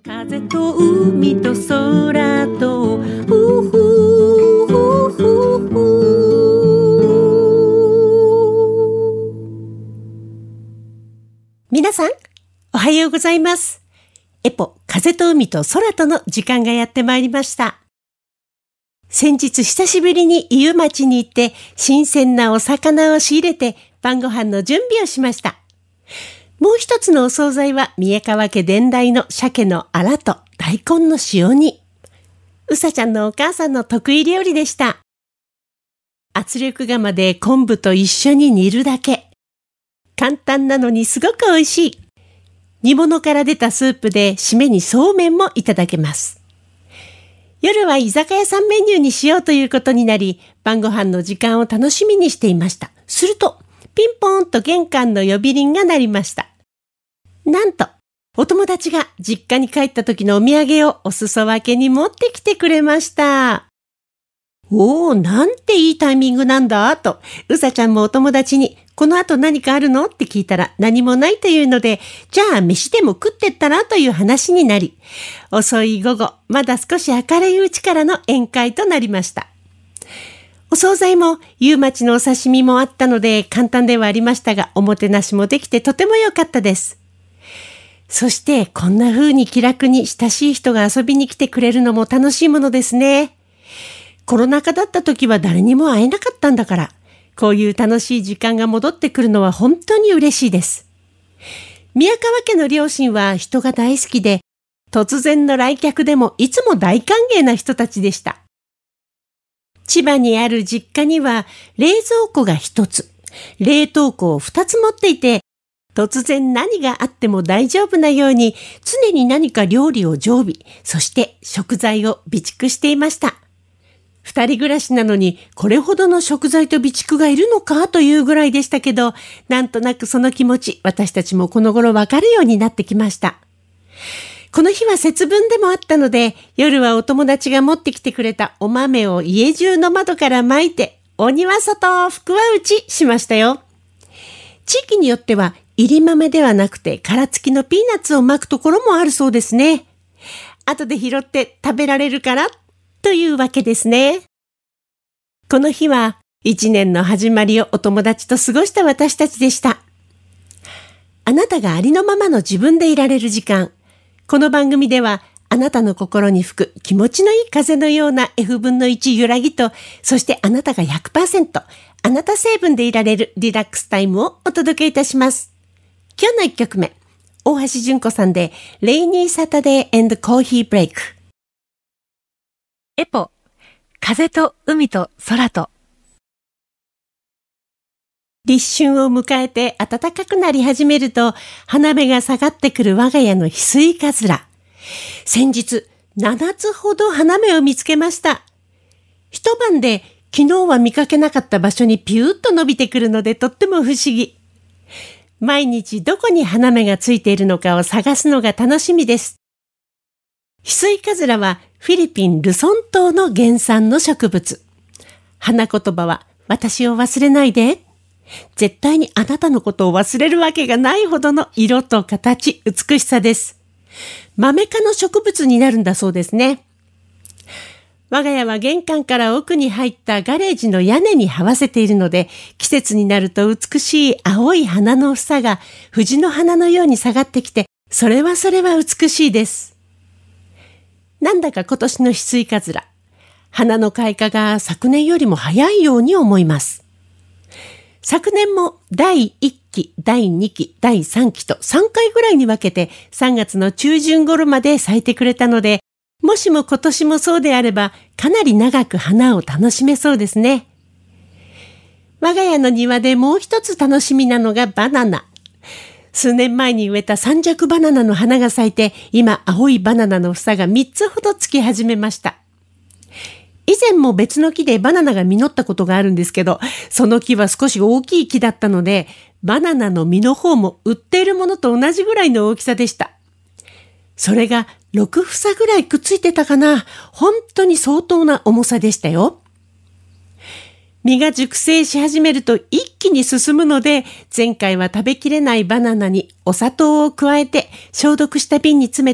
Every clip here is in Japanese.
風と海と空と皆さんおはようございます。エポ風と海と空との時間がやってまいりました。先日久しぶりに伊予町に行って新鮮なお魚を仕入れて晩ご飯の準備をしました。もう一つのお惣菜は宮川家伝来の鮭のアラと大根の塩煮。うさちゃんのお母さんの得意料理でした。圧力釜で昆布と一緒に煮るだけ。簡単なのにすごく美味しい。煮物から出たスープで締めにそうめんもいただけます。夜は居酒屋さんメニューにしようということになり、晩ご飯の時間を楽しみにしていました。すると、ピンポーンと玄関の呼び鈴が鳴りました。なんと、お友達が実家に帰った時のお土産をお裾分けに持ってきてくれました。おー、なんていいタイミングなんだと、うさちゃんもお友達に、この後何かあるのって聞いたら何もないというので、じゃあ飯でも食ってったらという話になり、遅い午後、まだ少し明るいうちからの宴会となりました。お惣菜も夕町のお刺身もあったので簡単ではありましたが、おもてなしもできてとても良かったです。そしてこんな風に気楽に親しい人が遊びに来てくれるのも楽しいものですね。コロナ禍だった時は誰にも会えなかったんだから、こういう楽しい時間が戻ってくるのは本当に嬉しいです。宮川家の両親は人が大好きで、突然の来客でもいつも大歓迎な人たちでした。千葉にある実家には冷蔵庫が一つ、冷凍庫を二つ持っていて、突然何があっても大丈夫なように常に何か料理を常備、そして食材を備蓄していました。二人暮らしなのにこれほどの食材と備蓄がいるのかというぐらいでしたけど、なんとなくその気持ち、私たちもこの頃わかるようになってきました。この日は節分でもあったので、夜はお友達が持ってきてくれたお豆を家中の窓から撒いて、鬼は外、福は内しましたよ。地域によっては、入り豆ではなくて殻付きのピーナッツを撒くところもあるそうですね。後で拾って食べられるからというわけですね。この日は一年の始まりをお友達と過ごした私たちでした。あなたがありのままの自分でいられる時間。この番組ではあなたの心に吹く気持ちのいい風のような F 分の1揺らぎと、そしてあなたが 100%、あなた成分でいられるリラックスタイムをお届けいたします。今日の1曲目、大橋純子さんでレイニーサタデー&コーヒーブレイク。エポ、風と海と空と。立春を迎えて暖かくなり始めると、花芽が下がってくる我が家の翡翠かずら。先日、7つほど花芽を見つけました。一晩で昨日は見かけなかった場所にピューッと伸びてくるのでとっても不思議。毎日どこに花芽がついているのかを探すのが楽しみです。翡翠かずらはフィリピン・ルソン島の原産の植物。花言葉は私を忘れないで。絶対にあなたのことを忘れるわけがないほどの色と形、美しさです。マメ科の植物になるんだそうですね。我が家は玄関から奥に入ったガレージの屋根に這わせているので、季節になると美しい青い花の房が藤の花のように下がってきて、それは美しいです。なんだか今年の翡翠かずら、花の開花が昨年よりも早いように思います。昨年も第1期、第2期、第3期と3回ぐらいに分けて3月の中旬頃まで咲いてくれたので、もしも今年もそうであればかなり長く花を楽しめそうですね。我が家の庭でもう一つ楽しみなのがバナナ。数年前に植えた三尺バナナの花が咲いて、今青いバナナの房が3つほどつき始めました。以前も別の木でバナナが実ったことがあるんですけど、その木は少し大きい木だったので、バナナの実の方も売っているものと同じぐらいの大きさでした。それが6房ぐらいくっついてたかな。本当に相当な重さでしたよ。実が熟成し始めると一気に進むので、前回は食べきれないバナナにお砂糖を加えて消毒した瓶に詰めて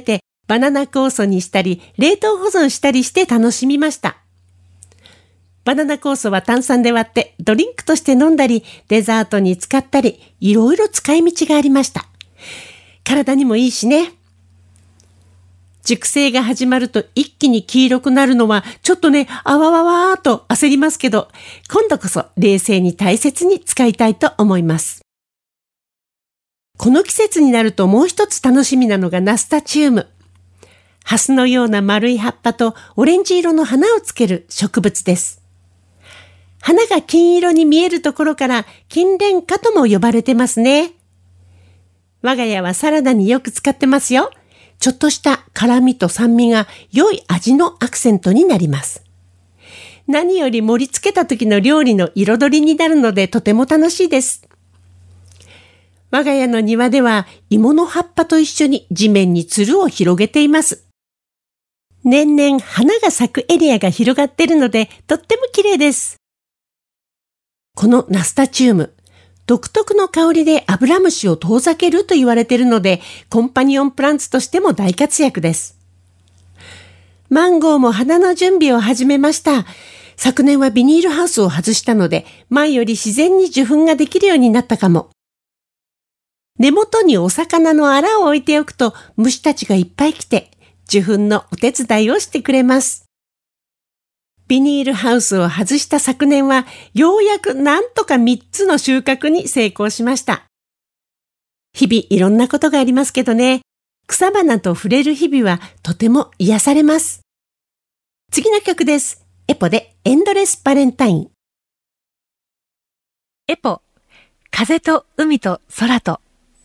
バナナ酵素にしたり、冷凍保存したりして楽しみました。バナナ酵素は炭酸で割ってドリンクとして飲んだり、デザートに使ったり、いろいろ使い道がありました。体にもいいしね。熟成が始まると一気に黄色くなるのはちょっとね、あわわわーと焦りますけど、今度こそ冷静に大切に使いたいと思います。この季節になるともう一つ楽しみなのがナスタチウム。ハスのような丸い葉っぱとオレンジ色の花をつける植物です。花が金色に見えるところから金蓮花とも呼ばれてますね。我が家はサラダによく使ってますよ。ちょっとした辛みと酸味が良い味のアクセントになります。何より盛り付けた時の料理の彩りになるのでとても楽しいです。我が家の庭では芋の葉っぱと一緒に地面につるを広げています。年々花が咲くエリアが広がっているのでとっても綺麗です。このナスタチウム、独特の香りでアブラムシを遠ざけると言われているので、コンパニオンプランツとしても大活躍です。マンゴーも花の準備を始めました。昨年はビニールハウスを外したので、前より自然に受粉ができるようになったかも。根元にお魚のアラを置いておくと、虫たちがいっぱい来て、受粉のお手伝いをしてくれます。ビニールハウスを外した昨年は、ようやくなんとか3つの収穫に成功しました。日々いろんなことがありますけどね、草花と触れる日々はとても癒されます。次の曲です。エポでエンドレスバレンタイン。 エポ、風と海と空と。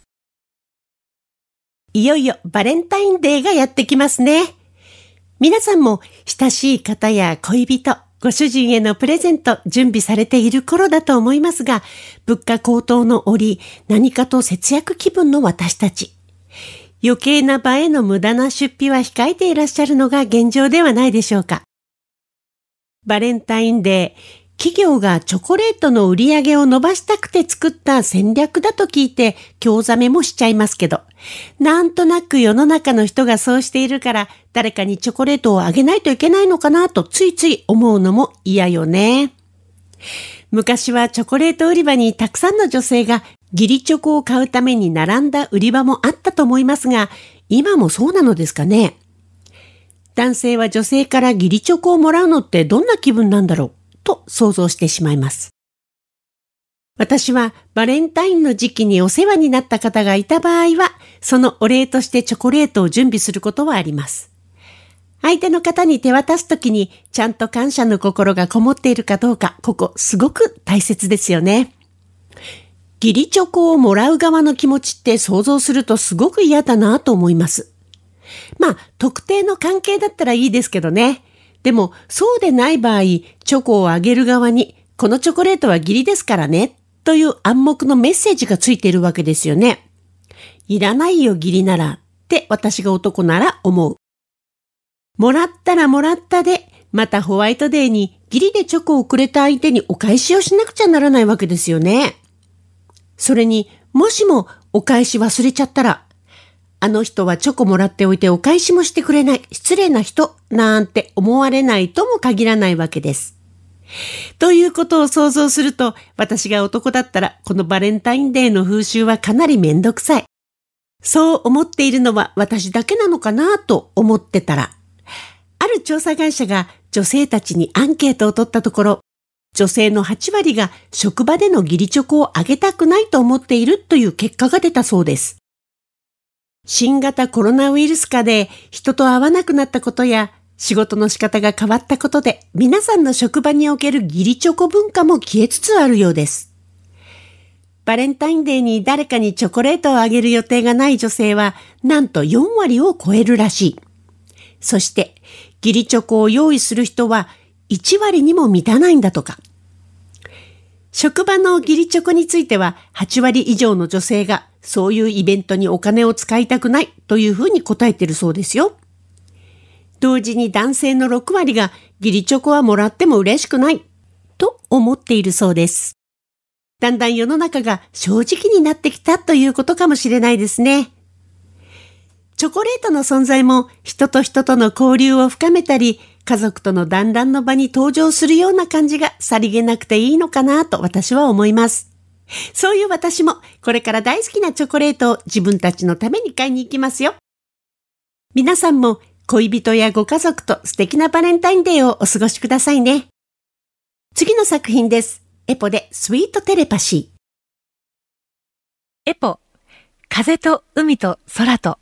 いよいよバレンタインデーがやってきますね。皆さんも親しい方や恋人、ご主人へのプレゼント準備されている頃だと思いますが、物価高騰の折、何かと節約気分の私たち。余計な場への無駄な出費は控えていらっしゃるのが現状ではないでしょうか。バレンタインデー、企業がチョコレートの売り上げを伸ばしたくて作った戦略だと聞いて興ざめもしちゃいますけど、なんとなく世の中の人がそうしているから誰かにチョコレートをあげないといけないのかなとついつい思うのも嫌よね。昔はチョコレート売り場にたくさんの女性が義理チョコを買うために並んだ売り場もあったと思いますが、今もそうなのですかね。男性は女性から義理チョコをもらうのってどんな気分なんだろうと想像してしまいます。私はバレンタインの時期にお世話になった方がいた場合は、そのお礼としてチョコレートを準備することはあります。相手の方に手渡すときにちゃんと感謝の心がこもっているかどうか、ここすごく大切ですよね。義理チョコをもらう側の気持ちって想像するとすごく嫌だなと思います。まあ、特定の関係だったらいいですけどね。でも、そうでない場合、チョコをあげる側に、このチョコレートは義理ですからね、という暗黙のメッセージがついているわけですよね。いらないよ義理なら、って私が男なら思う。もらったらもらったで、またホワイトデーに義理でチョコをくれた相手にお返しをしなくちゃならないわけですよね。それに、もしもお返し忘れちゃったら、あの人はチョコもらっておいてお返しもしてくれない、失礼な人、なんて思われないとも限らないわけです。ということを想像すると、私が男だったら、このバレンタインデーの風習はかなりめんどくさい。そう思っているのは私だけなのかなと思ってたら、ある調査会社が女性たちにアンケートを取ったところ、女性の8割が職場での義理チョコをあげたくないと思っているという結果が出たそうです。新型コロナウイルス禍で人と会わなくなったことや仕事の仕方が変わったことで皆さんの職場における義理チョコ文化も消えつつあるようです。バレンタインデーに誰かにチョコレートをあげる予定がない女性はなんと4割を超えるらしい。そして義理チョコを用意する人は1割にも満たないんだとか。職場の義理チョコについては8割以上の女性がそういうイベントにお金を使いたくないというふうに答えているそうですよ。同時に男性の6割が義理チョコはもらっても嬉しくないと思っているそうです。だんだん世の中が正直になってきたということかもしれないですね。 チョコレートの存在も人と人との交流を深めたり、家族との団らんの場に登場するような感じがさりげなくていいのかなと私は思います。そういう私もこれから大好きなチョコレートを自分たちのために買いに行きますよ。皆さんも恋人やご家族と素敵なバレンタインデーをお過ごしくださいね。次の作品です。エポでスイートテレパシエポ、風と海と空と。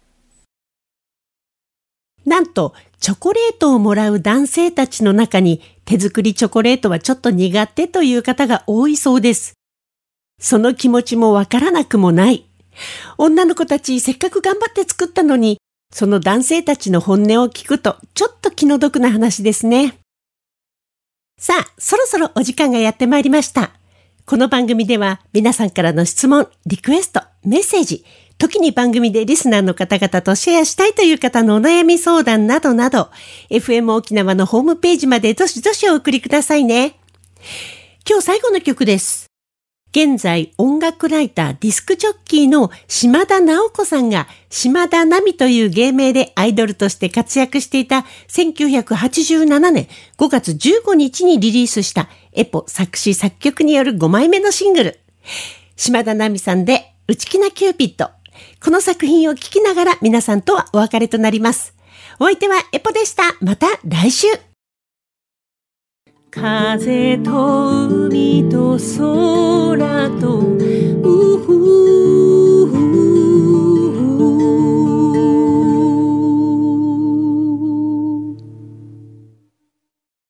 なんと、チョコレートをもらう男性たちの中に手作りチョコレートはちょっと苦手という方が多いそうです。その気持ちもわからなくもない。女の子たちせっかく頑張って作ったのに、その男性たちの本音を聞くとちょっと気の毒な話ですね。さあ、そろそろお時間がやってまいりました。この番組では皆さんからの質問、リクエスト、メッセージ、時に番組でリスナーの方々とシェアしたいという方のお悩み相談などなど、FM 沖縄のホームページまでどしどしお送りくださいね。今日最後の曲です。現在音楽ライター、ディスクジョッキーの島田直子さんが島田奈美という芸名でアイドルとして活躍していた1987年5月15日にリリースしたエポ作詞作曲による5枚目のシングル。島田奈美さんで内気なキューピッド。この作品を聴きながら皆さんとはお別れとなります。お相手はエポでした。また来週。風と海と空